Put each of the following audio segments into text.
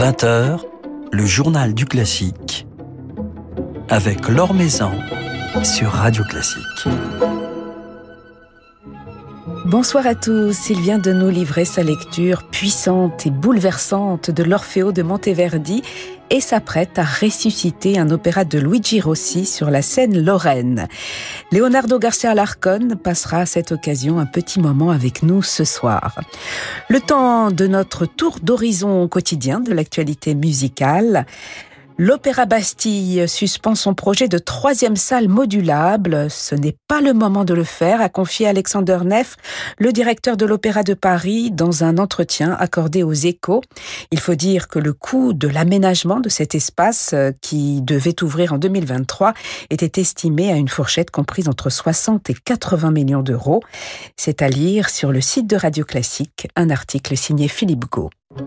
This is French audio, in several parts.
20h, le journal du classique avec Laure Maison sur Radio Classique. Bonsoir à tous, il vient de nous livrer sa lecture puissante et bouleversante de l'Orfeo de Monteverdi et s'apprête à ressusciter un opéra de Luigi Rossi sur la scène lorraine. Leonardo Garcia Alarcón passera à cette occasion un petit moment avec nous ce soir. Le temps de notre tour d'horizon quotidien de l'actualité musicale. L'Opéra Bastille suspend son projet de 3e salle modulable. Ce n'est pas le moment de le faire, a confié Alexander Neff, le directeur de l'Opéra de Paris, dans un entretien accordé aux Échos. Il faut dire que le coût de l'aménagement de cet espace, qui devait ouvrir en 2023, était estimé à une fourchette comprise entre 60 et 80 millions d'euros. C'est à lire sur le site de Radio Classique, un article signé Philippe Gau.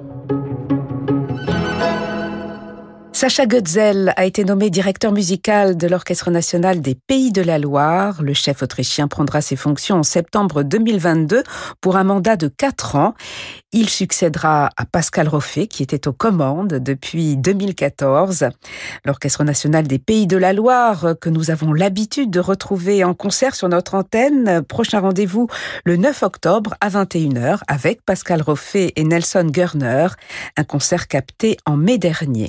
Sacha Goetzel a été nommé directeur musical de l'Orchestre national des Pays de la Loire. Le chef autrichien prendra ses fonctions en septembre 2022 pour un mandat de 4 ans. Il succédera à Pascal Roffet, qui était aux commandes depuis 2014. L'Orchestre national des Pays de la Loire, que nous avons l'habitude de retrouver en concert sur notre antenne. Prochain rendez-vous le 9 octobre à 21h avec Pascal Roffet et Nelson Görner. Un concert capté en mai dernier.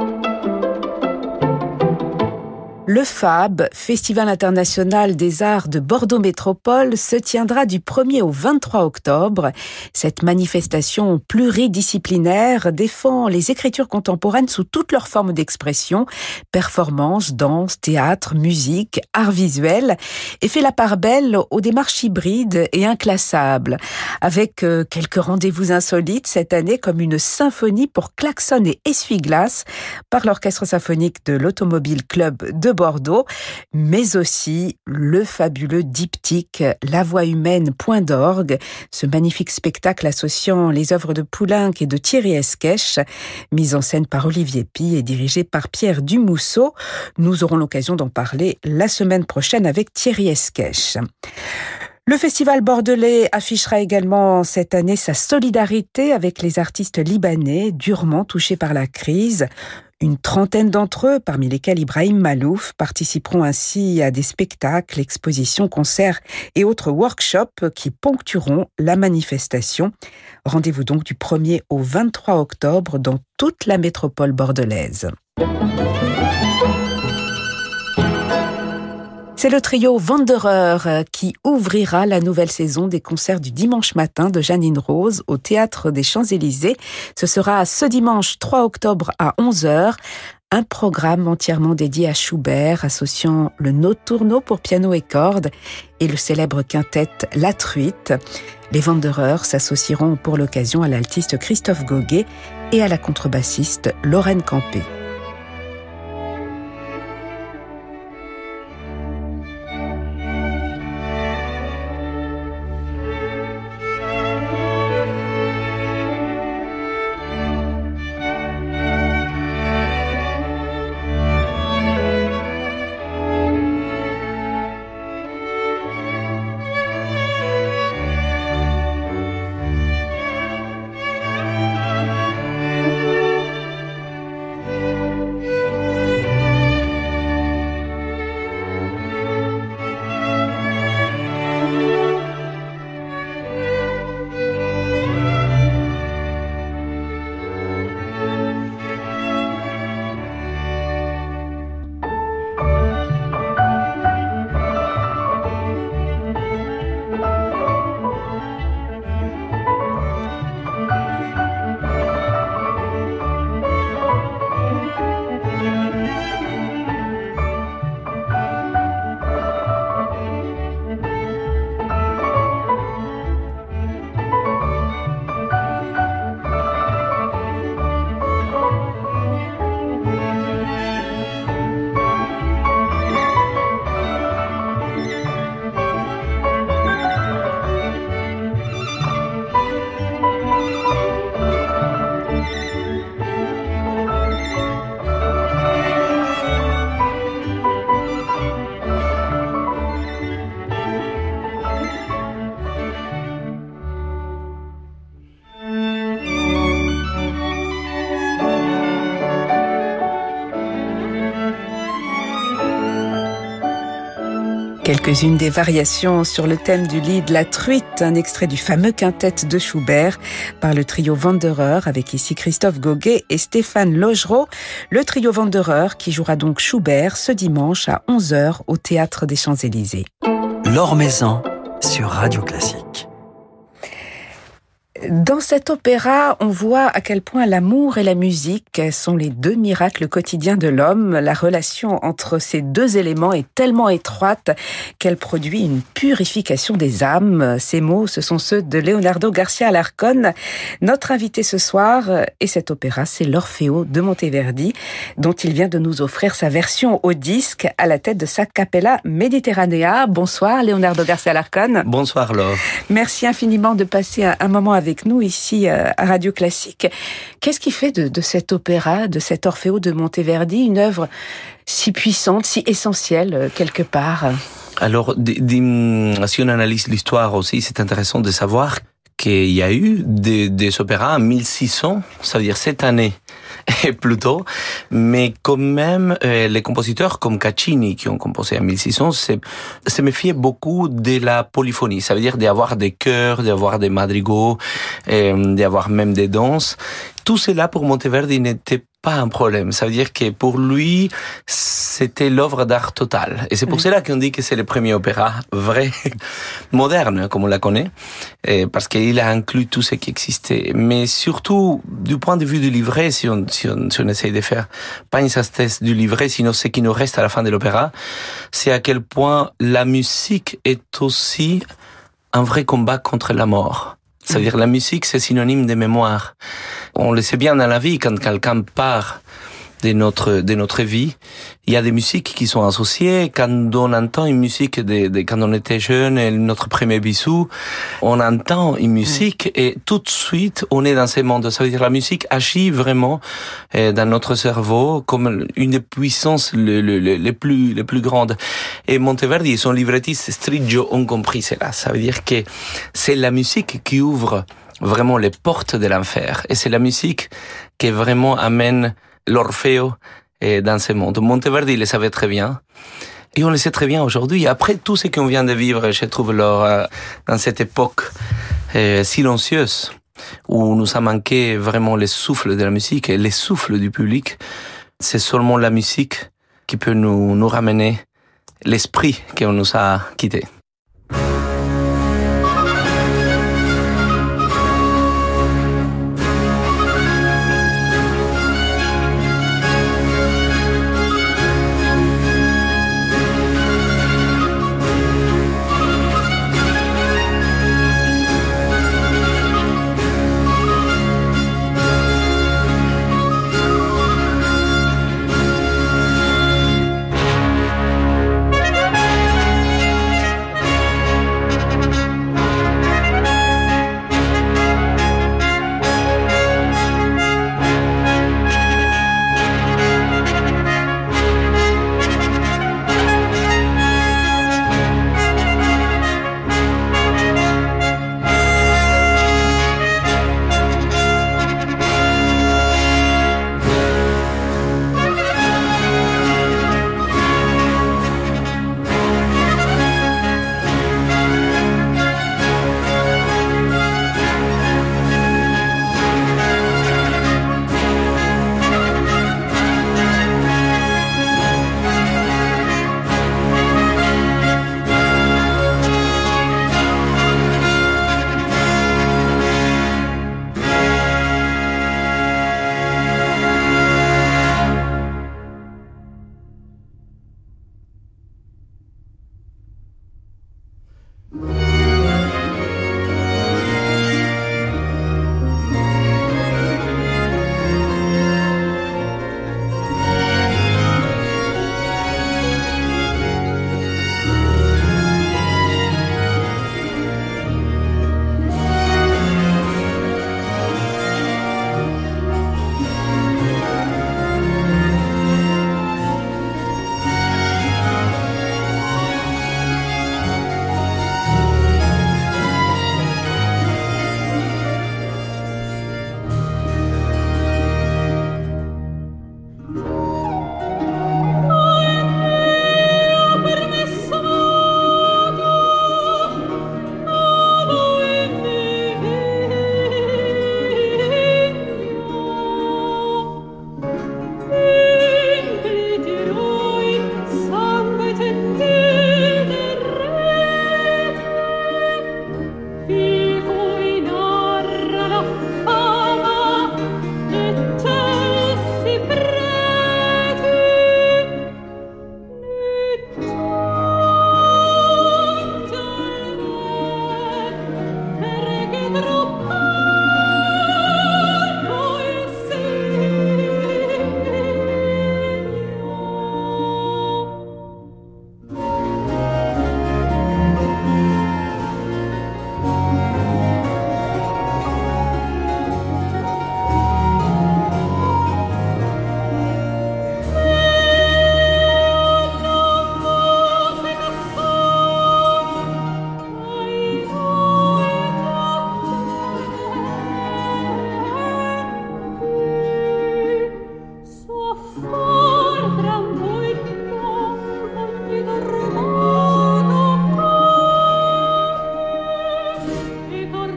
Le FAB, Festival international des arts de Bordeaux Métropole, se tiendra du 1er au 23 octobre. Cette manifestation pluridisciplinaire défend les écritures contemporaines sous toutes leurs formes d'expression, performance, danse, théâtre, musique, art visuel, et fait la part belle aux démarches hybrides et inclassables, avec quelques rendez-vous insolites cette année, comme une symphonie pour klaxon et essuie-glace par l'Orchestre symphonique de l'Automobile Club de Bordeaux, mais aussi le fabuleux diptyque La Voix Humaine, point d'orgue, ce magnifique spectacle associant les œuvres de Poulenc et de Thierry Esquèche, mise en scène par Olivier Py et dirigé par Pierre Dumousseau. Nous aurons l'occasion d'en parler la semaine prochaine avec Thierry Esquèche. Le festival bordelais affichera également cette année sa solidarité avec les artistes libanais durement touchés par la crise. Une trentaine d'entre eux, parmi lesquels Ibrahim Malouf, participeront ainsi à des spectacles, expositions, concerts et autres workshops qui ponctueront la manifestation. Rendez-vous donc du 1er au 23 octobre dans toute la métropole bordelaise. C'est le trio Wanderer qui ouvrira la nouvelle saison des concerts du dimanche matin de Jeannine Rose au Théâtre des Champs-Élysées. Ce sera ce dimanche 3 octobre à 11h. Un programme entièrement dédié à Schubert, associant le notturno pour piano et cordes et le célèbre quintet La Truite. Les Wanderers s'associeront pour l'occasion à l'altiste Christophe Goguet et à la contrebassiste Lorraine Campé. Quelques-unes des variations sur le thème du Lied La Truite, un extrait du fameux quintet de Schubert par le trio Wanderer avec ici Christophe Goguet et Stéphane Logereau. Le trio Wanderer qui jouera donc Schubert ce dimanche à 11h au Théâtre des Champs-Élysées. Laure Maison sur Radio Classique. Dans cet opéra, on voit à quel point l'amour et la musique sont les deux miracles quotidiens de l'homme. La relation entre ces deux éléments est tellement étroite qu'elle produit une purification des âmes. Ces mots, ce sont ceux de Leonardo Garcia Alarcón. Notre invité ce soir, et cet opéra, c'est l'Orfeo de Monteverdi, dont il vient de nous offrir sa version au disque à la tête de sa Capella Mediterranea. Bonsoir Leonardo Garcia Alarcón. Bonsoir Laure. Merci infiniment de passer un moment avec nous ici à Radio Classique. Qu'est-ce qui fait de cet opéra, de cet Orfeo de Monteverdi, une œuvre si puissante, si essentielle quelque part? Alors, si on analyse l'histoire aussi, c'est intéressant de savoir qu'il y a eu des opéras en 1600, ça veut dire cette année et plus tôt, mais quand même les compositeurs comme Caccini qui ont composé en 1600 se méfiaient beaucoup de la polyphonie, ça veut dire d'avoir des chœurs, d'avoir des madrigaux, d'avoir même des danses. Tout cela pour Monteverdi n'était pas un problème. Ça veut dire que pour lui, c'était l'œuvre d'art totale. Et c'est pour cela qu'on dit que c'est le premier opéra vrai, moderne, comme on la connaît, parce qu'il a inclus tout ce qui existait. Mais surtout, du point de vue du livret, si on essaye de faire pas une synthèse du livret, sinon ce qui nous reste à la fin de l'opéra, c'est à quel point la musique est aussi un vrai combat contre la mort. Ça veut dire la musique, c'est synonyme de mémoire. On le sait bien dans la vie, quand quelqu'un part de notre vie, il y a des musiques qui sont associées. Quand on entend une musique quand on était jeune, notre premier bisou, on entend une musique et tout de suite, on est dans ce monde. Ça veut dire la musique agit vraiment dans notre cerveau comme une des puissances les plus grandes. Et Monteverdi et son librettiste Striggio ont compris cela. Ça veut dire que c'est la musique qui ouvre vraiment les portes de l'enfer. Et c'est la musique qui vraiment amène l'Orfeo dans ce monde. Monteverdi le savait très bien. Et on le sait très bien aujourd'hui. Après tout ce qu'on vient de vivre, je trouve, dans cette époque silencieuse, où nous a manqué vraiment le souffle de la musique et le souffle du public, c'est seulement la musique qui peut nous ramener l'esprit qu'on nous a quitté.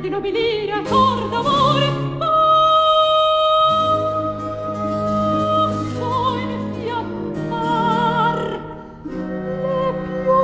di nobilire al cor d'amore. Posso infiammar le più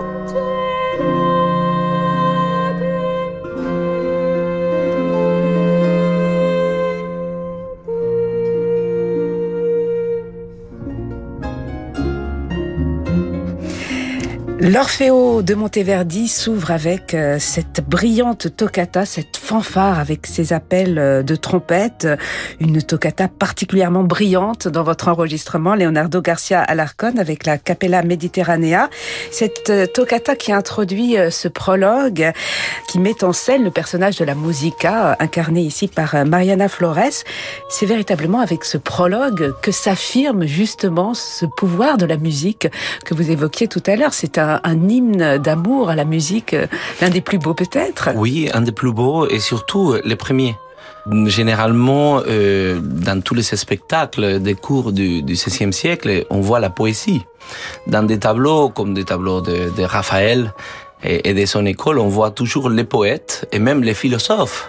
L'Orfeo de Monteverdi s'ouvre avec cette brillante toccata, cette fanfare avec ses appels de trompette, une toccata particulièrement brillante dans votre enregistrement, Leonardo Garcia Alarcón, avec la Capella Mediterranea. Cette toccata qui introduit ce prologue, qui met en scène le personnage de la musica, incarné ici par Mariana Flores. C'est véritablement avec ce prologue que s'affirme justement ce pouvoir de la musique que vous évoquiez tout à l'heure. C'est un hymne d'amour à la musique, l'un des plus beaux peut-être. Oui, un des plus beaux et surtout les premiers. Généralement, dans tous les spectacles des cours du XVIe siècle, on voit la poésie. Dans des tableaux comme des tableaux de Raphaël et de son école, on voit toujours les poètes et même les philosophes,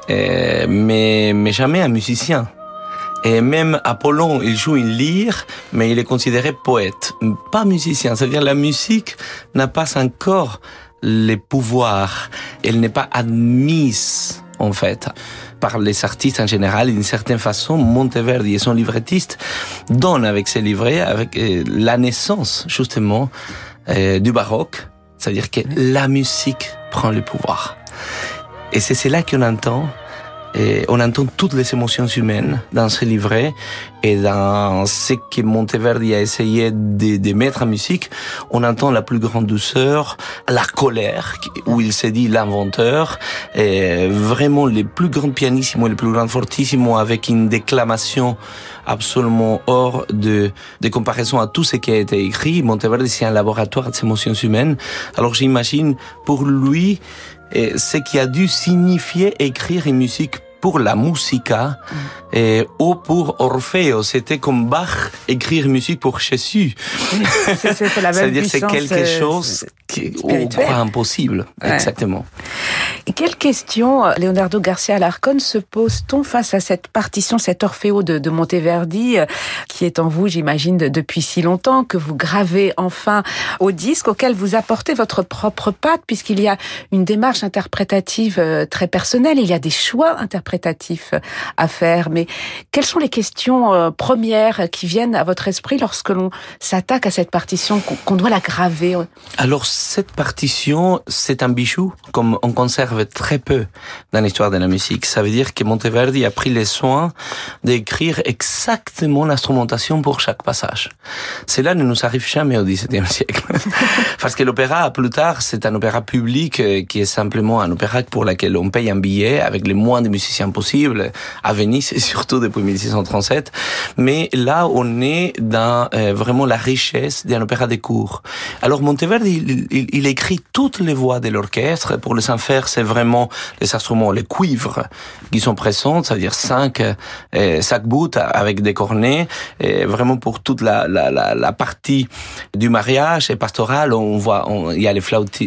mais jamais un musicien. Et même Apollon, il joue une lyre, mais il est considéré poète, pas musicien. C'est-à-dire la musique n'a pas encore les pouvoirs. Elle n'est pas admise, en fait, par les artistes en général. D'une certaine façon, Monteverdi et son librettiste donnent avec ses livrets, avec la naissance, justement, du baroque. C'est-à-dire que la musique prend le pouvoir. Et c'est là qu'on entend. Et on entend toutes les émotions humaines dans ce livret et dans ce que Monteverdi a essayé de mettre en musique. On entend la plus grande douceur, la colère, où il s'est dit l'inventeur, et vraiment les plus grands pianissimos et les plus grands fortissimos avec une déclamation absolument hors de comparaison à tout ce qui a été écrit. Monteverdi, c'est un laboratoire des émotions humaines. Alors j'imagine pour lui, ce qui a dû signifier écrire une musique pour la musica ou pour Orfeo. C'était comme Bach écrire une musique pour Jésus. C'est la même C'est-à-dire puissance, c'est quelque chose qu'on croit impossible. Ouais. Exactement. Et quelle question, Leonardo Garcia Alarcón, se pose-t-on face à cette partition, cet Orfeo de Monteverdi, qui est en vous, j'imagine, depuis si longtemps, que vous gravez enfin au disque, auquel vous apportez votre propre patte, puisqu'il y a une démarche interprétative très personnelle, il y a des choix interprétatifs à faire. Mais quelles sont les questions premières qui viennent à votre esprit lorsque l'on s'attaque à cette partition, qu'on doit la graver? Alors, cette partition, c'est un bijou, comme on conserve très peu dans l'histoire de la musique. Ça veut dire que Monteverdi a pris les soins d'écrire exactement l'instrumentation pour chaque passage. Cela ne nous arrive jamais au XVIIe siècle. Parce que l'opéra, plus tard, c'est un opéra public qui est simplement un opéra pour lequel on paye un billet avec le moins de musiciens possible à Venise, et surtout depuis 1637. Mais là, on est dans vraiment la richesse d'un opéra de cour. Alors, Monteverdi, il écrit toutes les voix de l'orchestre. Pour les en faire, c'est vraiment les instruments, les cuivres qui sont présents, c'est-à-dire 5 bouts avec des cornets. Et vraiment pour toute la partie du mariage et pastoral, il y a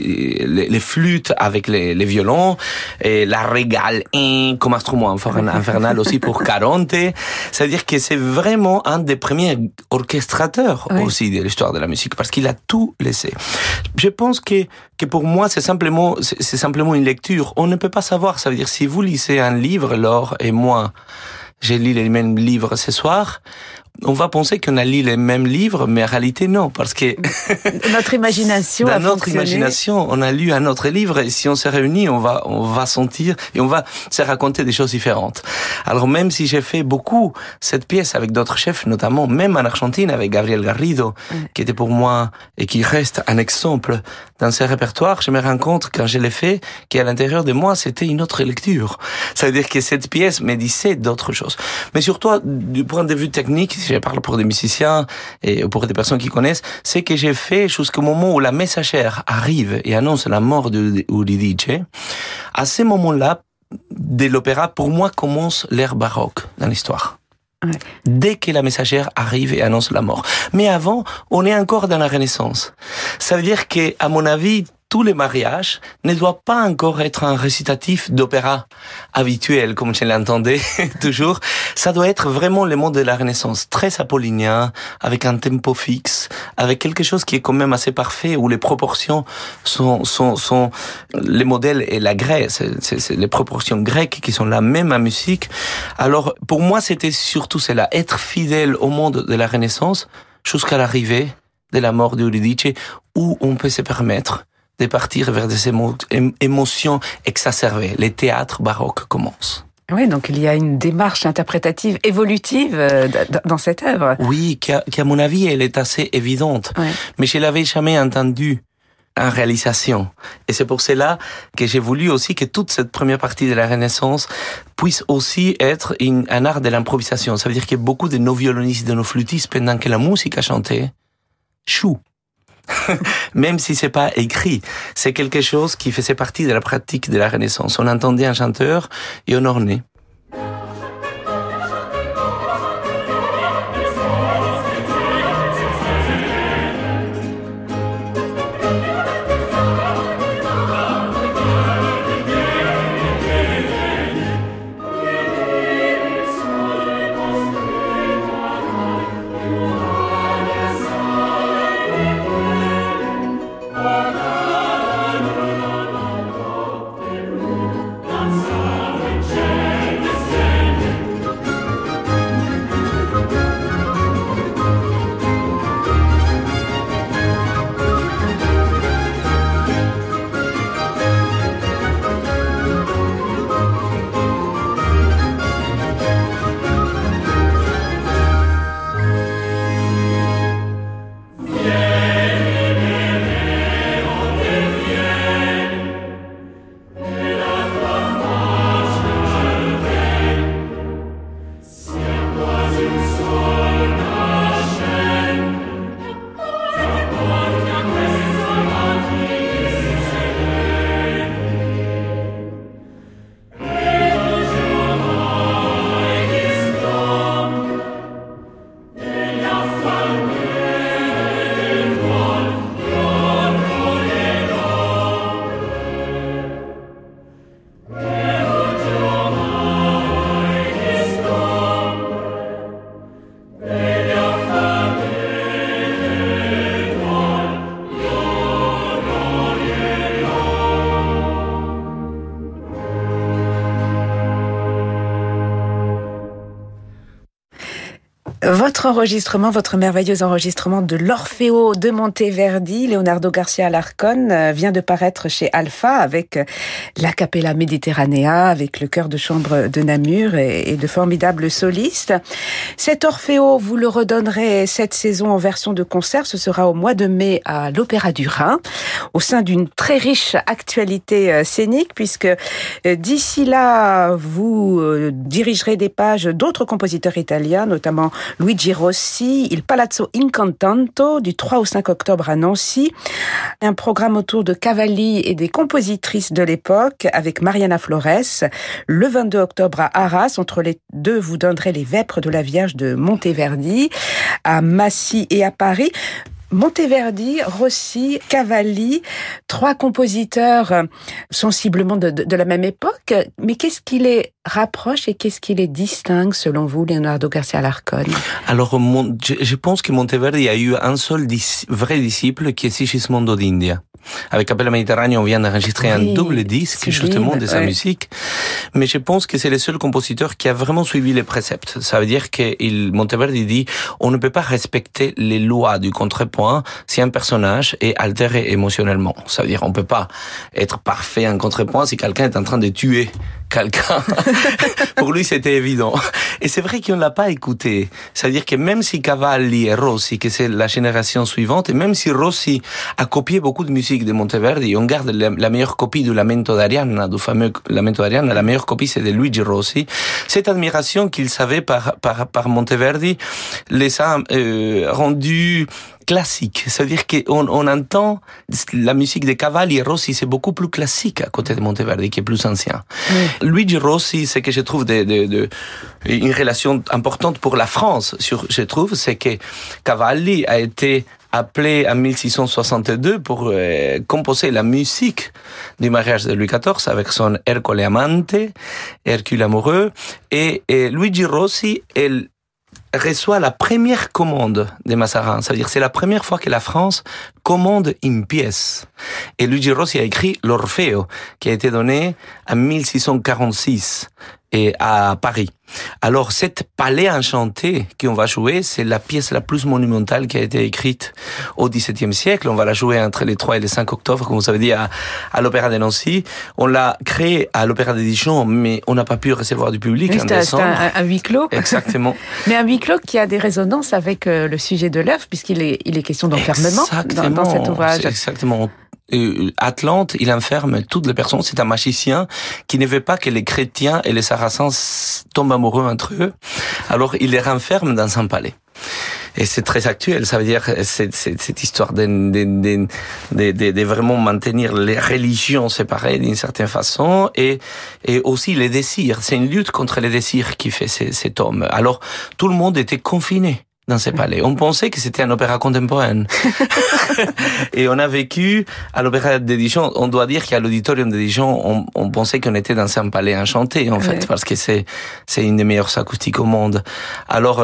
les flûtes avec les violons, et la régale comme instrument infernal aussi pour Caronte. C'est-à-dire que c'est vraiment un des premiers orchestrateurs aussi de l'histoire de la musique, parce qu'il a tout laissé. Je pense que pour moi, c'est simplement une lecture. On ne peut pas savoir. Ça veut dire, si vous lisez un livre, Laure et moi, j'ai lu les mêmes livres ce soir, on va penser qu'on a lu les mêmes livres, mais en réalité non, parce que notre imagination dans notre imagination, on a lu un autre livre, et si on se réunit, on va sentir et on va se raconter des choses différentes. Alors même si j'ai fait beaucoup cette pièce avec d'autres chefs, notamment même en Argentine avec Gabriel Garrido, qui était pour moi et qui reste un exemple dans ce répertoire, je me rends compte quand je l'ai fait qu'à l'intérieur de moi, c'était une autre lecture. Ça veut dire que cette pièce me disait d'autres choses. Mais surtout, du point de vue technique, si je parle pour des musiciens et pour des personnes qui connaissent, c'est que j'ai fait jusqu'au moment où la messagère arrive et annonce la mort d'Euridice. À ce moment-là, de l'opéra, pour moi, commence l'ère baroque dans l'histoire. Ouais. Dès que la messagère arrive et annonce la mort. Mais avant, on est encore dans la Renaissance. Ça veut dire que, à mon avis, tous les mariages ne doivent pas encore être un récitatif d'opéra habituel, comme je l'entendais toujours. Ça doit être vraiment le monde de la Renaissance, très apollinien, avec un tempo fixe, avec quelque chose qui est quand même assez parfait, où les proportions sont les modèles et la Grèce, c'est les proportions grecques qui sont la même en musique. Alors, pour moi, c'était surtout cela, être fidèle au monde de la Renaissance jusqu'à l'arrivée de la mort d'Euridice, où on peut se permettre de partir vers des émotions exacerbées. Les théâtres baroques commencent. Oui, donc il y a une démarche interprétative évolutive dans cette œuvre. Oui, qui à mon avis, elle est assez évidente. Ouais. Mais je l'avais jamais entendue en réalisation. Et c'est pour cela que j'ai voulu aussi que toute cette première partie de la Renaissance puisse aussi être un art de l'improvisation. Ça veut dire que beaucoup de nos violonistes, de nos flûtistes, pendant que la musique a chanté, chou. Même si c'est pas écrit, c'est quelque chose qui faisait partie de la pratique de la Renaissance. On entendait un chanteur et on ornait. Votre merveilleux enregistrement de l'Orfeo de Monteverdi, Leonardo Garcia Alarcón, vient de paraître chez Alpha avec la Capella Mediterranea, avec le chœur de chambre de Namur et de formidables solistes. Cet Orfeo, vous le redonnerez cette saison en version de concert. Ce sera au mois de mai à l'Opéra du Rhin, au sein d'une très riche actualité scénique, puisque d'ici là, vous dirigerez des pages d'autres compositeurs italiens, notamment Luigi Rossi, Il Palazzo Incantato, du 3 au 5 octobre à Nancy. Un programme autour de Cavalli et des compositrices de l'époque avec Mariana Flores. Le 22 octobre à Arras, entre les deux, vous donnerez les Vêpres de la Vierge de Monteverdi, à Massy et à Paris. Monteverdi, Rossi, Cavalli, trois compositeurs sensiblement de la même époque. Mais qu'est-ce qui les rapproche et qu'est-ce qui les distingue, selon vous, Leonardo Garcia Alarcón? Alors, je pense que Monteverdi a eu un seul vrai disciple, qui est Sigismondo d'India. Avec Capella Mediterranea, on vient d'enregistrer un double disque, justement, de sa musique. Mais je pense que c'est le seul compositeur qui a vraiment suivi les préceptes. Ça veut dire que Monteverdi dit, on ne peut pas respecter les lois du contrepoint si un personnage est altéré émotionnellement. Ça veut dire, on peut pas être parfait en contrepoint si quelqu'un est en train de tuer quelqu'un. Pour lui, c'était évident. Et c'est vrai qu'on l'a pas écouté. C'est-à-dire que même si Cavalli et Rossi, que c'est la génération suivante, et même si Rossi a copié beaucoup de musique de Monteverdi, on garde la meilleure copie du Lamento d'Arianna, du fameux Lamento d'Arianna, la meilleure copie c'est de Luigi Rossi. Cette admiration qu'il savait par Monteverdi les a rendus classique. C'est-à-dire qu'on entend la musique de Cavalli et Rossi, c'est beaucoup plus classique à côté de Monteverdi, qui est plus ancien. Oui. Luigi Rossi, c'est que je trouve une relation importante pour la France, je trouve, c'est que Cavalli a été appelé en 1662 pour composer la musique du mariage de Louis XIV avec son Ercole Amante, Hercule amoureux, et Luigi Rossi, elle reçoit la première commande de Mazarin. Ça veut dire c'est la première fois que la France commande une pièce. Et Luigi Rossi a écrit l'Orfeo, qui a été donné en 1646 et à Paris. Alors, cette Palais enchanté qu'on va jouer, c'est la pièce la plus monumentale qui a été écrite au XVIIe siècle. On va la jouer entre les 3 et les 5 octobre, comme vous avez dit, à l'Opéra de Nancy. On l'a créée à l'Opéra de Dijon, mais on n'a pas pu recevoir du public en décembre. C'est un huis clos. Exactement. Mais un huis clos qui a des résonances avec le sujet de l'œuvre, puisqu'il est question d'enfermement dans cet ouvrage. Exactement. Atlante, il enferme toutes les personnes. C'est un magicien qui ne veut pas que les chrétiens et les sarrasins tombent amoureux entre eux. Alors, il les renferme dans un palais. Et c'est très actuel. Ça veut dire, cette histoire de vraiment maintenir les religions séparées d'une certaine façon et aussi les désirs. C'est une lutte contre les désirs qui fait cet homme. Alors, tout le monde était confiné dans ces palais. On pensait que c'était un opéra contemporain. Et on a vécu à l'Opéra de Dijon. On doit dire qu'à l'Auditorium de Dijon, on pensait qu'on était dans un palais enchanté, en fait, parce que c'est une des meilleures acoustiques au monde. Alors,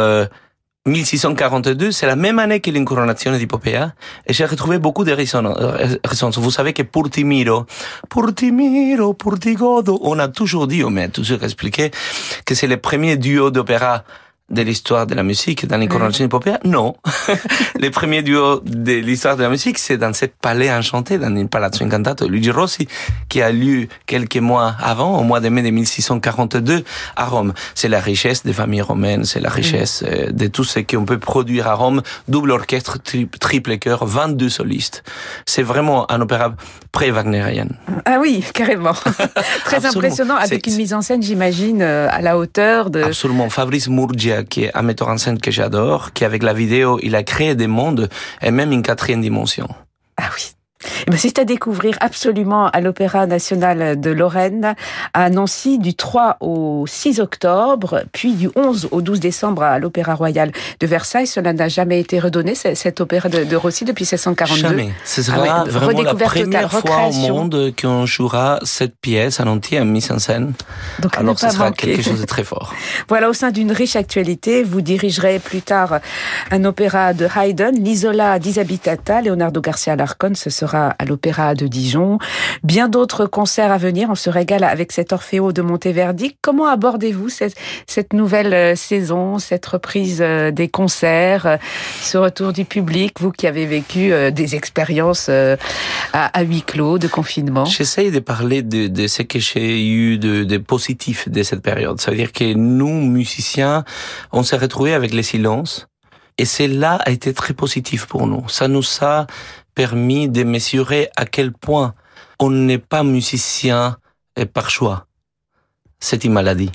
1642, c'est la même année que l'incoronazione di Poppea, et j'ai retrouvé beaucoup de résonances. Vous savez que pour ti miro, pour ti godo, on a toujours dit, on m'a toujours expliqué que c'est le premier duo d'opéra de l'histoire de la musique dans l'incoronazione di Poppea? Non. Le premier duo de l'histoire de la musique, c'est dans cette palais enchanté, dans une Palazzo Incantato de Luigi Rossi, qui a lieu quelques mois avant, au mois de mai de 1642, à Rome. C'est la richesse des familles romaines, c'est la richesse de tout ce qu'on peut produire à Rome. Double orchestre, triple chœur, 22 solistes. C'est vraiment un opéra pré-wagnérien. Ah oui, carrément. Très impressionnant, avec une mise en scène, j'imagine, à la hauteur de... Absolument. Fabrice Murgia, qui est un metteur en scène que j'adore, qui avec la vidéo, il a créé des mondes et même une 4e dimension. Ah oui. C'est à découvrir absolument à l'Opéra national de Lorraine, à Nancy, du 3 au 6 octobre, puis du 11 au 12 décembre à l'Opéra Royal de Versailles. Cela n'a jamais été redonné, cet opéra de Rossi, depuis 1642. Jamais. Ce sera vraiment la première fois au monde qu'on jouera cette pièce en entier, en mise en scène. Donc, alors ce sera quelque chose de très fort. Voilà, au sein d'une riche actualité, vous dirigerez plus tard un opéra de Haydn, l'Isola disabitata, Leonardo Garcia Alarcón, ce sera à l'Opéra de Dijon. Bien d'autres concerts à venir. On se régale avec cet Orfeo de Monteverdi. Comment abordez-vous cette nouvelle saison, cette reprise des concerts, ce retour du public, vous qui avez vécu des expériences à huis clos, de confinement? J'essaye de parler de ce que j'ai eu de positif de cette période. Ça veut dire que nous, musiciens, on s'est retrouvés avec les silences. Et cela a été très positif pour nous. Ça nous a permis de mesurer à quel point on n'est pas musicien par choix. C'est une maladie.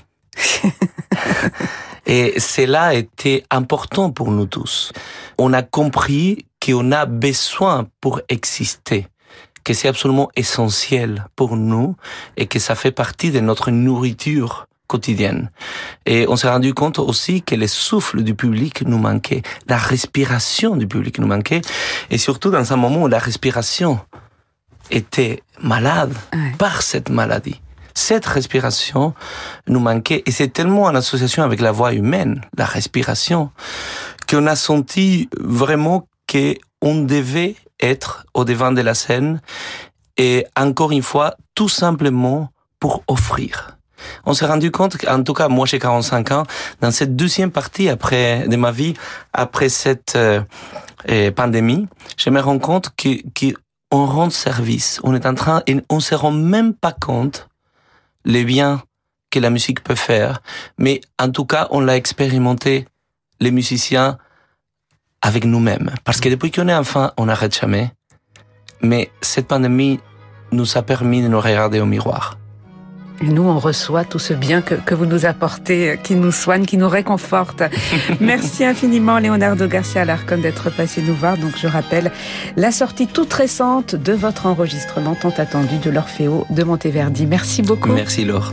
Et cela a été important pour nous tous. On a compris qu'on a besoin pour exister, que c'est absolument essentiel pour nous et que ça fait partie de notre nourriture quotidienne. Et on s'est rendu compte aussi que le souffle du public nous manquait, la respiration du public nous manquait, et surtout dans un moment où la respiration était malade par cette maladie. Cette respiration nous manquait, et c'est tellement en association avec la voix humaine, la respiration, qu'on a senti vraiment qu'on devait être au devant de la scène, et encore une fois, tout simplement pour offrir. On s'est rendu compte qu'en tout cas, moi j'ai 45 ans, dans cette deuxième partie de ma vie, après cette pandémie, je me rends compte qu'on rend service. On est en train, et on se rend même pas compte les biens que la musique peut faire. Mais en tout cas, on l'a expérimenté, les musiciens, avec nous-mêmes. Parce que depuis qu'on est enfant, on n'arrête jamais. Mais cette pandémie nous a permis de nous regarder au miroir. Nous, on reçoit tout ce bien que vous nous apportez, qui nous soigne, qui nous réconforte. Merci infiniment, Leonardo Garcia Alarcón, d'être passé nous voir. Donc, je rappelle la sortie toute récente de votre enregistrement tant attendu de l'Orfeo de Monteverdi. Merci beaucoup. Merci, Laure.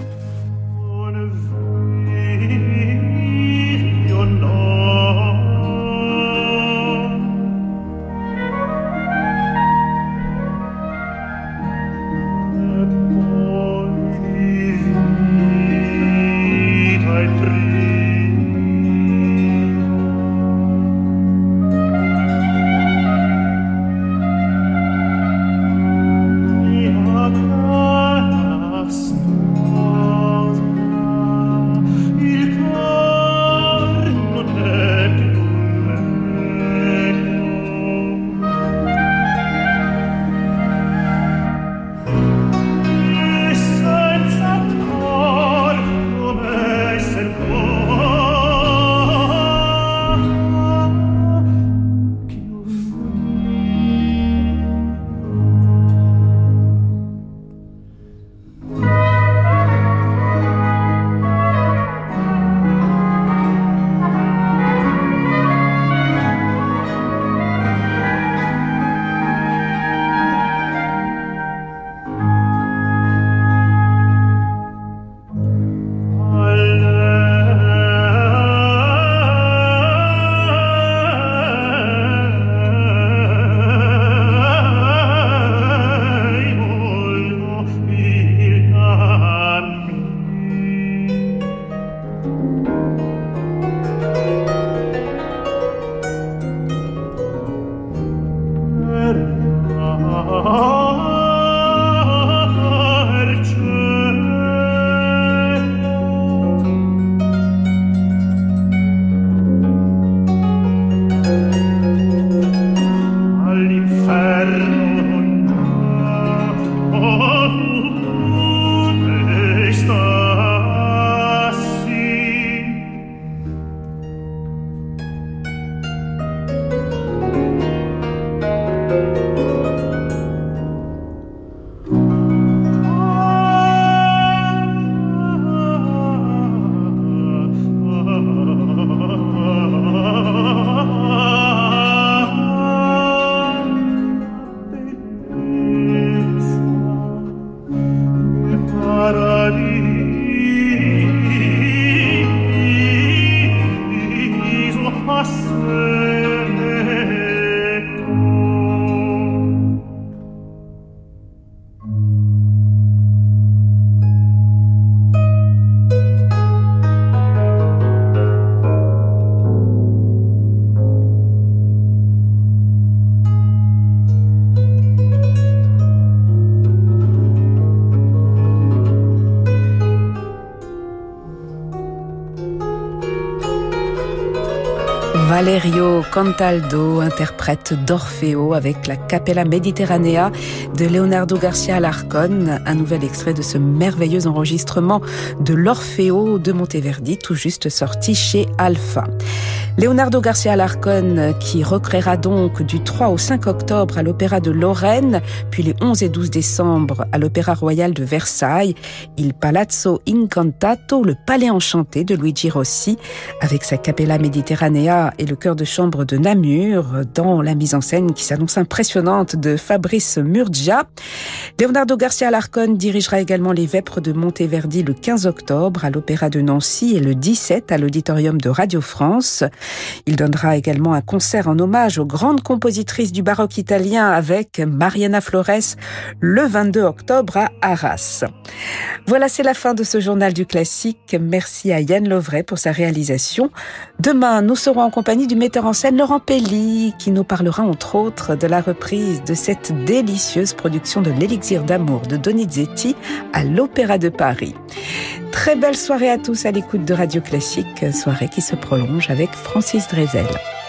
Valerio Cantaldo interprète d'Orfeo avec la Capella Mediterranea de Leonardo García Alarcón, un nouvel extrait de ce merveilleux enregistrement de l'Orfeo de Monteverdi, tout juste sorti chez Alpha. Leonardo García Alarcón qui recréera donc du 3 au 5 octobre à l'Opéra de Lorraine, puis les 11 et 12 décembre à l'Opéra Royal de Versailles, Il Palazzo Incantato, le Palais Enchanté de Luigi Rossi, avec sa Capella Mediterranea et le chœur de chambre de Namur, dans la mise en scène qui s'annonce impressionnante de Fabrice Murgia. Leonardo García Alarcón dirigera également les Vêpres de Monteverdi le 15 octobre à l'Opéra de Nancy et le 17 à l'Auditorium de Radio France. Il donnera également un concert en hommage aux grandes compositrices du baroque italien avec Mariana Flores le 22 octobre à Arras. Voilà, c'est la fin de ce journal du classique. Merci à Yann Lovray pour sa réalisation. Demain, nous serons en compagnie du metteur en scène Laurent Pelli qui nous parlera entre autres de la reprise de cette délicieuse production de l'Élixir d'amour de Donizetti à l'Opéra de Paris. Très belle soirée à tous à l'écoute de Radio Classique, soirée qui se prolonge avec Francis Drezel.